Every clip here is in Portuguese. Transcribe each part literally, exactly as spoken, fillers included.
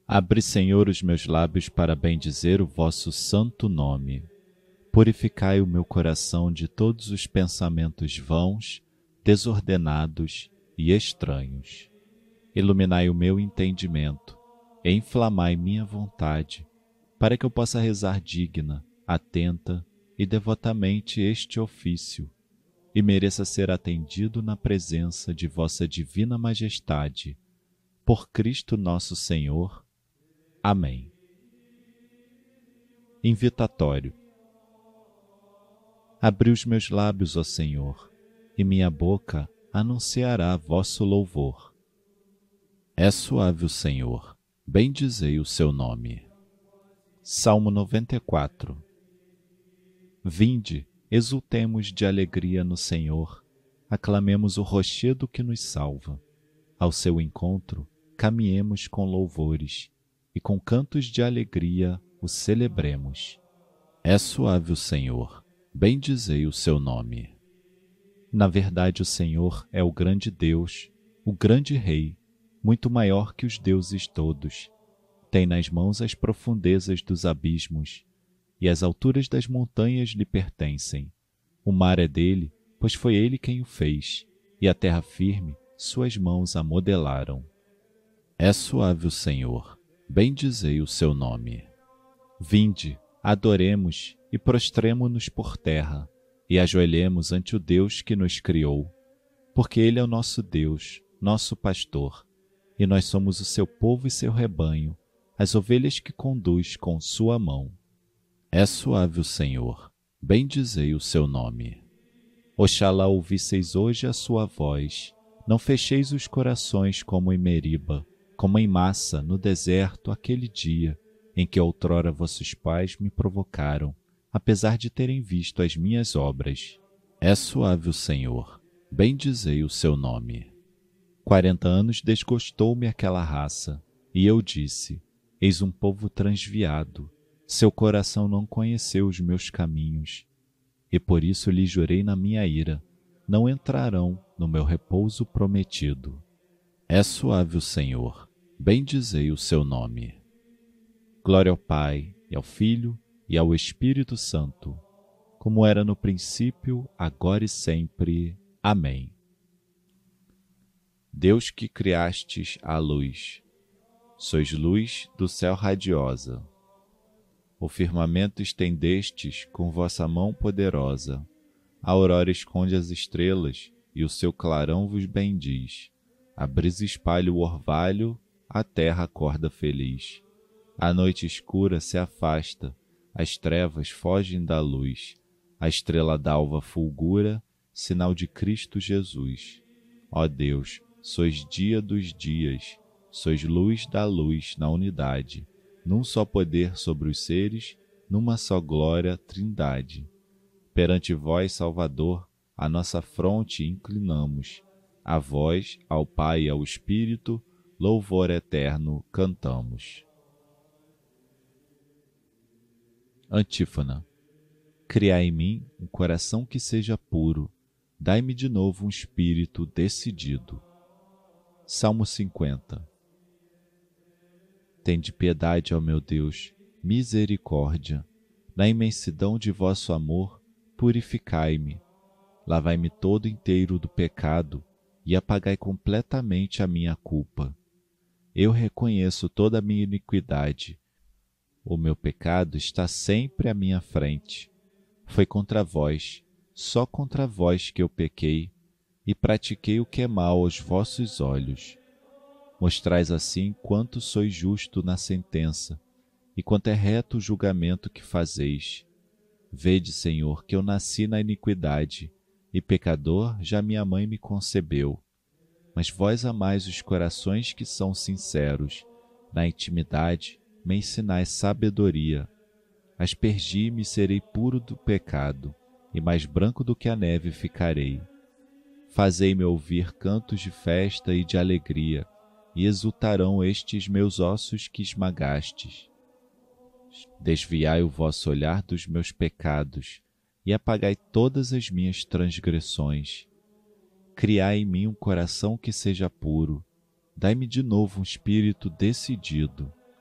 Abre, Senhor, os meus lábios para bendizer o vosso santo nome. Purificai o meu coração de todos os pensamentos vãos, desordenados e estranhos. Iluminai o meu entendimento e inflamai minha vontade, para que eu possa rezar digna, atenta e devotamente este ofício, e mereça ser atendido na presença de vossa divina majestade. Por Cristo nosso Senhor. Amém. Invitatório. Abri os meus lábios, ó Senhor, e minha boca anunciará vosso louvor. É suave o Senhor, bendizei o seu nome. Salmo noventa e quatro. Vinde, exultemos de alegria no Senhor, aclamemos o rochedo que nos salva. Ao seu encontro, caminhemos com louvores, e com cantos de alegria o celebremos. É suave o Senhor, bendizei o seu nome. Na verdade, o Senhor é o grande Deus, o grande Rei, muito maior que os deuses todos. Tem nas mãos as profundezas dos abismos, e as alturas das montanhas lhe pertencem. O mar é dele, pois foi ele quem o fez, e a terra firme suas mãos a modelaram. É suave o Senhor, bendizei o seu nome. Vinde, adoremos e prostremo-nos por terra, e ajoelhemos ante o Deus que nos criou, porque ele é o nosso Deus, nosso pastor, e nós somos o seu povo e seu rebanho, as ovelhas que conduz com sua mão. É suave o Senhor, bendizei o seu nome. Oxalá ouvisseis hoje a sua voz, não fecheis os corações como em Meriba, como em Massa, no deserto, aquele dia em que outrora vossos pais me provocaram, apesar de terem visto as minhas obras. É suave o Senhor, bendizei o seu nome. Quarenta anos desgostou-me aquela raça, e eu disse, eis um povo transviado, seu coração não conheceu os meus caminhos, e por isso lhe jurei na minha ira, não entrarão no meu repouso prometido. É suave o Senhor, bendizei o seu nome. Glória ao Pai, e ao Filho, e ao Espírito Santo, como era no princípio, agora e sempre. Amém. Deus que criastes a luz, sois luz do céu radiosa. O firmamento estendestes com vossa mão poderosa. A aurora esconde as estrelas, e o seu clarão vos bendiz. A brisa espalha o orvalho, a terra acorda feliz. A noite escura se afasta, as trevas fogem da luz. A estrela d'alva fulgura, sinal de Cristo Jesus. Ó Deus, sois dia dos dias, sois luz da luz na unidade, num só poder sobre os seres, numa só glória, trindade. Perante vós, Salvador, a nossa fronte inclinamos, a vós, ao Pai e ao Espírito, louvor eterno cantamos. Antífona. Criai em mim um coração que seja puro, dai-me de novo um espírito decidido. Salmo cinquenta. Tende piedade, ó meu Deus, misericórdia. Na imensidão de vosso amor, purificai-me. Lavai-me todo inteiro do pecado e apagai completamente a minha culpa. Eu reconheço toda a minha iniquidade. O meu pecado está sempre à minha frente. Foi contra vós, só contra vós que eu pequei, e pratiquei o que é mal aos vossos olhos. Mostrais assim quanto sois justo na sentença, e quanto é reto o julgamento que fazeis. Vede, Senhor, que eu nasci na iniquidade, e pecador já minha mãe me concebeu. Mas vós amais os corações que são sinceros, na intimidade me ensinais sabedoria. Aspergi-me e serei puro do pecado, e mais branco do que a neve ficarei. Fazei-me ouvir cantos de festa e de alegria, e exultarão estes meus ossos que esmagastes. Desviai o vosso olhar dos meus pecados, e apagai todas as minhas transgressões. Criai em mim um coração que seja puro, dai-me de novo um espírito decidido.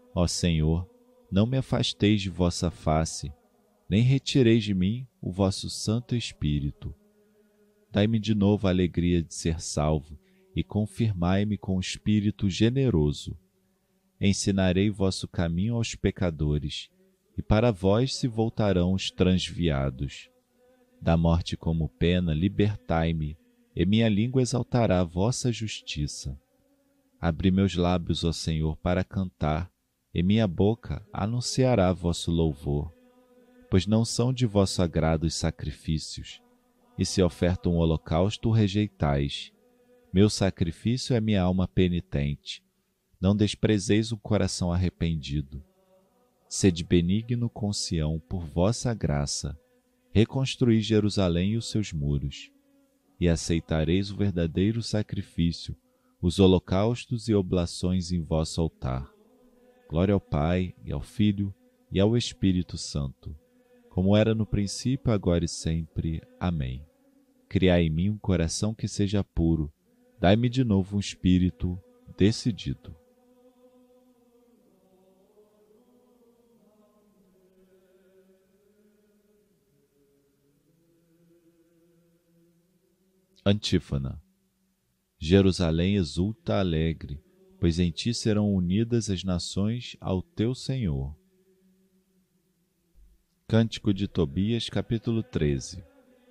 Ó Senhor, não me afasteis de vossa face, nem retireis de mim o vosso Santo Espírito. Dai-me de novo a alegria de ser salvo e confirmai-me com o Espírito generoso. Ensinarei vosso caminho aos pecadores, e para vós se voltarão os transviados. Da morte como pena, libertai-me, e minha língua exaltará vossa justiça. Abri meus lábios, ó Senhor, para cantar, e minha boca anunciará vosso louvor. Pois não são de vosso agrado os sacrifícios, e se oferta um holocausto o rejeitais. Meu sacrifício é minha alma penitente. Não desprezeis o coração arrependido. Sede benigno com Sião por vossa graça. Reconstruí Jerusalém e os seus muros. E aceitareis o verdadeiro sacrifício, os holocaustos e oblações em vosso altar. Glória ao Pai, e ao Filho, e ao Espírito Santo, como era no princípio, agora e sempre. Amém. Criai em mim um coração que seja puro, dai-me de novo um espírito decidido. Antífona. Jerusalém exulta alegre, pois em ti serão unidas as nações ao teu Senhor. Cântico de Tobias, capítulo treze.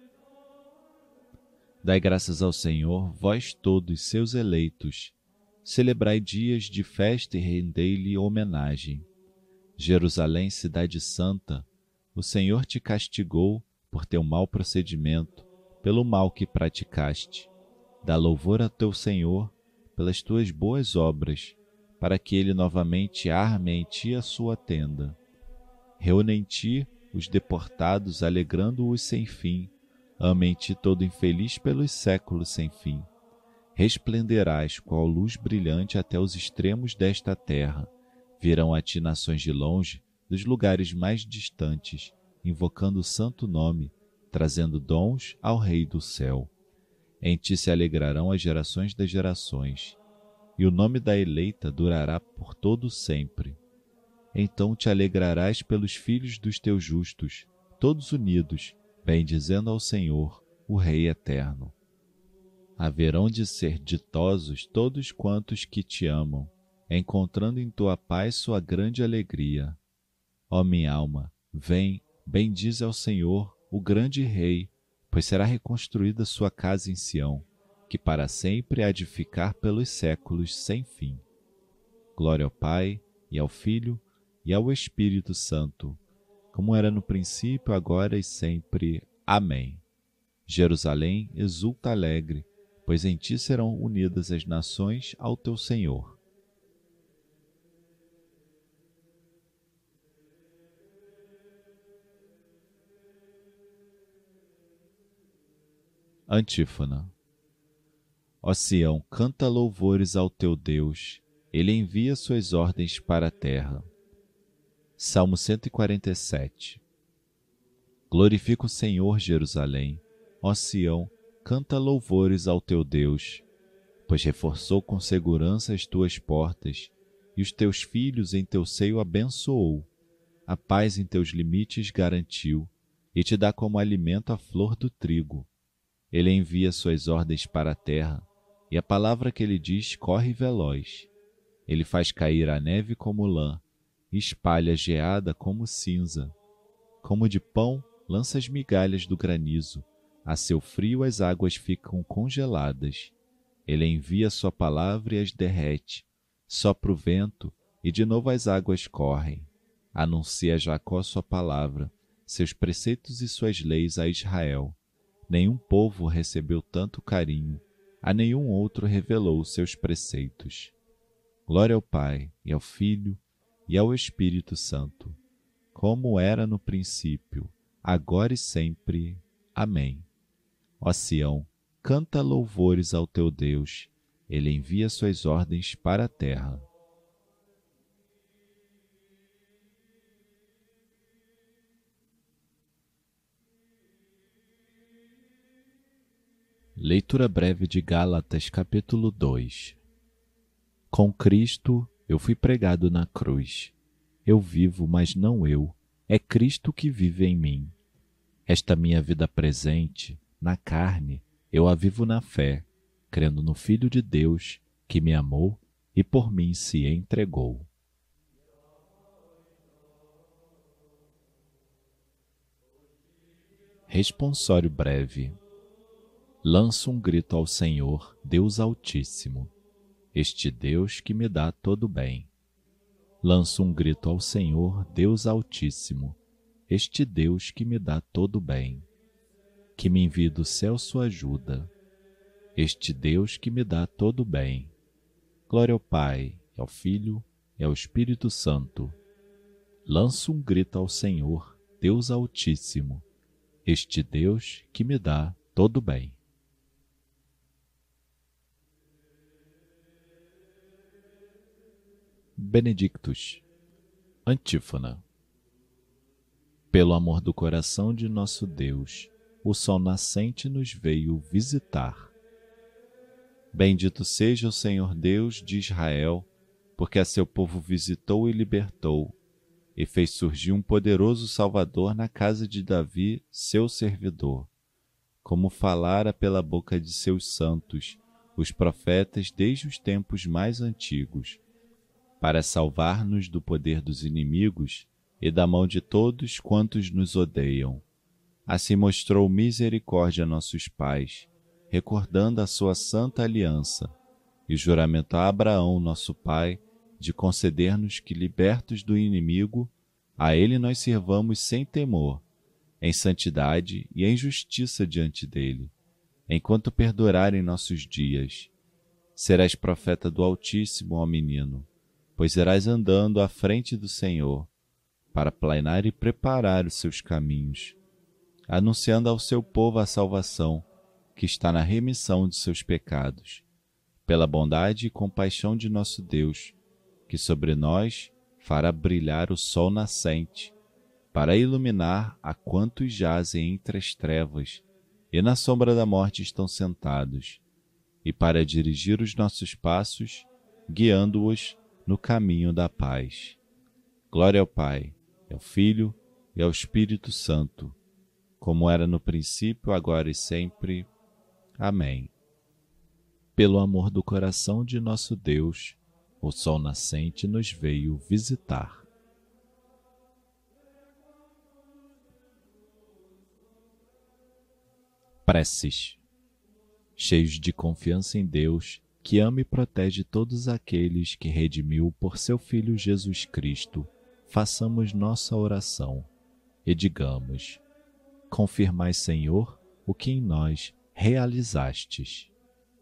Dai graças ao Senhor, vós todos seus eleitos, celebrai dias de festa e rendei-lhe homenagem. Jerusalém, cidade santa, o Senhor te castigou por teu mau procedimento, pelo mal que praticaste. Dá louvor a teu Senhor pelas tuas boas obras, para que ele novamente arme em ti a sua tenda. Reúne em ti os deportados, alegrando-os sem fim. Ama em ti todo infeliz pelos séculos sem fim. Resplenderás qual luz brilhante até os extremos desta terra. Virão a ti nações de longe, dos lugares mais distantes, invocando o santo nome, trazendo dons ao Rei do céu. Em ti se alegrarão as gerações das gerações, e o nome da eleita durará por todo sempre. Então te alegrarás pelos filhos dos teus justos, todos unidos, bendizendo ao Senhor, o Rei eterno. Haverão de ser ditosos todos quantos que te amam, encontrando em tua paz sua grande alegria. Ó minha alma, vem, bendize ao Senhor, o grande Rei, pois será reconstruída sua casa em Sião, que para sempre há de ficar pelos séculos sem fim. Glória ao Pai, e ao Filho, e ao Espírito Santo, como era no princípio, agora e sempre. Amém. Jerusalém, exulta alegre, pois em ti serão unidas as nações ao teu Senhor. Antífona. Ó Sião, canta louvores ao teu Deus, ele envia suas ordens para a terra. Salmo cento e quarenta e sete. Glorifica o Senhor, Jerusalém. Ó Sião, canta louvores ao teu Deus, pois reforçou com segurança as tuas portas, e os teus filhos em teu seio abençoou. A paz em teus limites garantiu, e te dá como alimento a flor do trigo. Ele envia suas ordens para a terra, e a palavra que ele diz corre veloz. Ele faz cair a neve como lã, e espalha a geada como cinza. Como de pão, lança as migalhas do granizo, a seu frio as águas ficam congeladas. Ele envia sua palavra e as derrete, sopra o vento, e de novo as águas correm. Anuncia a Jacó sua palavra, seus preceitos e suas leis a Israel. Nenhum povo recebeu tanto carinho, a nenhum outro revelou seus preceitos. Glória ao Pai, e ao Filho, e ao Espírito Santo, como era no princípio, agora e sempre. Amém. Ó Sião, canta louvores ao teu Deus, ele envia suas ordens para a terra. Leitura breve de Gálatas, capítulo dois. Com Cristo eu fui pregado na cruz. Eu vivo, mas não eu, é Cristo que vive em mim. Esta minha vida presente, na carne, eu a vivo na fé, crendo no Filho de Deus, que me amou e por mim se entregou. Responsório breve. Lanço um grito ao Senhor, Deus Altíssimo, este Deus que me dá todo bem. Lanço um grito ao Senhor, Deus Altíssimo, este Deus que me dá todo bem. Que me envie do céu sua ajuda, este Deus que me dá todo bem. Glória ao Pai, ao Filho e ao Espírito Santo. Lanço um grito ao Senhor, Deus Altíssimo, este Deus que me dá todo bem. Benedictus. Antífona. Pelo amor do coração de nosso Deus, o sol nascente nos veio visitar. Bendito seja o Senhor Deus de Israel, porque a seu povo visitou e libertou, e fez surgir um poderoso Salvador na casa de Davi, seu servidor, como falara pela boca de seus santos, os profetas desde os tempos mais antigos, para salvar-nos do poder dos inimigos e da mão de todos quantos nos odeiam. Assim mostrou misericórdia a nossos pais, recordando a sua santa aliança, e juramento a Abraão, nosso pai, de conceder-nos que, libertos do inimigo, a ele nós sirvamos sem temor, em santidade e em justiça diante dele, enquanto perdurarem nossos dias. Serás profeta do Altíssimo, ó menino, pois irás andando à frente do Senhor, para planear e preparar os seus caminhos, anunciando ao seu povo a salvação, que está na remissão de seus pecados, pela bondade e compaixão de nosso Deus, que sobre nós fará brilhar o sol nascente, para iluminar a quantos jazem entre as trevas e na sombra da morte estão sentados, e para dirigir os nossos passos, guiando-os no caminho da paz. Glória ao Pai, ao Filho e ao Espírito Santo, como era no princípio, agora e sempre. Amém. Pelo amor do coração de nosso Deus, o sol nascente nos veio visitar. Preces. Cheios de confiança em Deus, que ama e protege todos aqueles que redimiu por seu Filho Jesus Cristo, façamos nossa oração e digamos: confirmai, Senhor, o que em nós realizastes.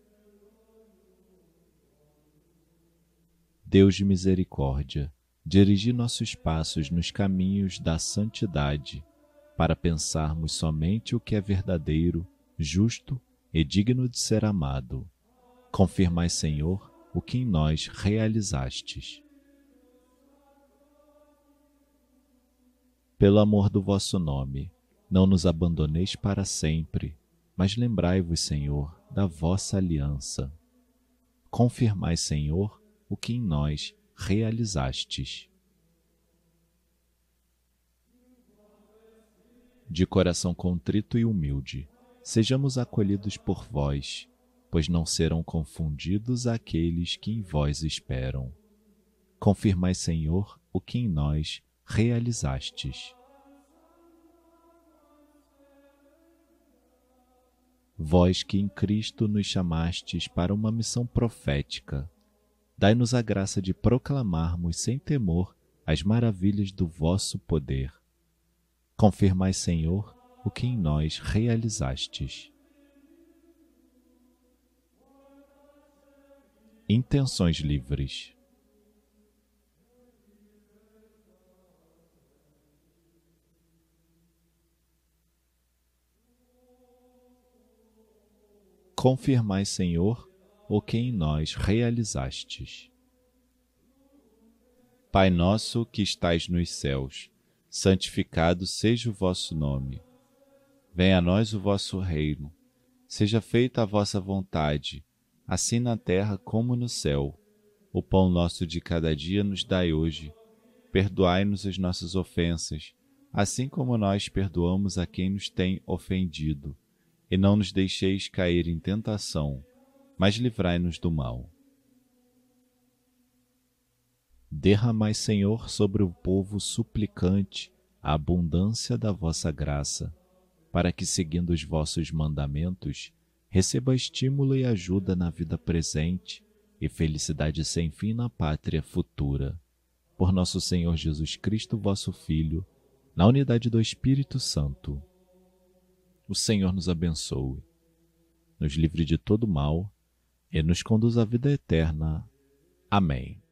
Deus de misericórdia, dirigi nossos passos nos caminhos da santidade, para pensarmos somente o que é verdadeiro, justo e digno de ser amado. Confirmai, Senhor, o que em nós realizastes. Pelo amor do vosso nome, não nos abandoneis para sempre, mas lembrai-vos, Senhor, da vossa aliança. Confirmai, Senhor, o que em nós realizastes. De coração contrito e humilde, sejamos acolhidos por vós, pois não serão confundidos aqueles que em vós esperam. Confirmai, Senhor, o que em nós realizastes. Vós que em Cristo nos chamastes para uma missão profética, dai-nos a graça de proclamarmos sem temor as maravilhas do vosso poder. Confirmai, Senhor, o que em nós realizastes. Intenções livres. Confirmai, Senhor, o que em nós realizastes. Pai nosso que estais nos céus, santificado seja o vosso nome. Venha a nós o vosso reino. Seja feita a vossa vontade, assim na terra como no céu. O pão nosso de cada dia nos dai hoje. Perdoai-nos as nossas ofensas, assim como nós perdoamos a quem nos tem ofendido. E não nos deixeis cair em tentação, mas livrai-nos do mal. Derramai, Senhor, sobre o povo suplicante a abundância da vossa graça, para que, seguindo os vossos mandamentos, receba estímulo e ajuda na vida presente e felicidade sem fim na pátria futura. Por nosso Senhor Jesus Cristo, vosso Filho, na unidade do Espírito Santo. O Senhor nos abençoe, nos livre de todo mal e nos conduz à vida eterna. Amém.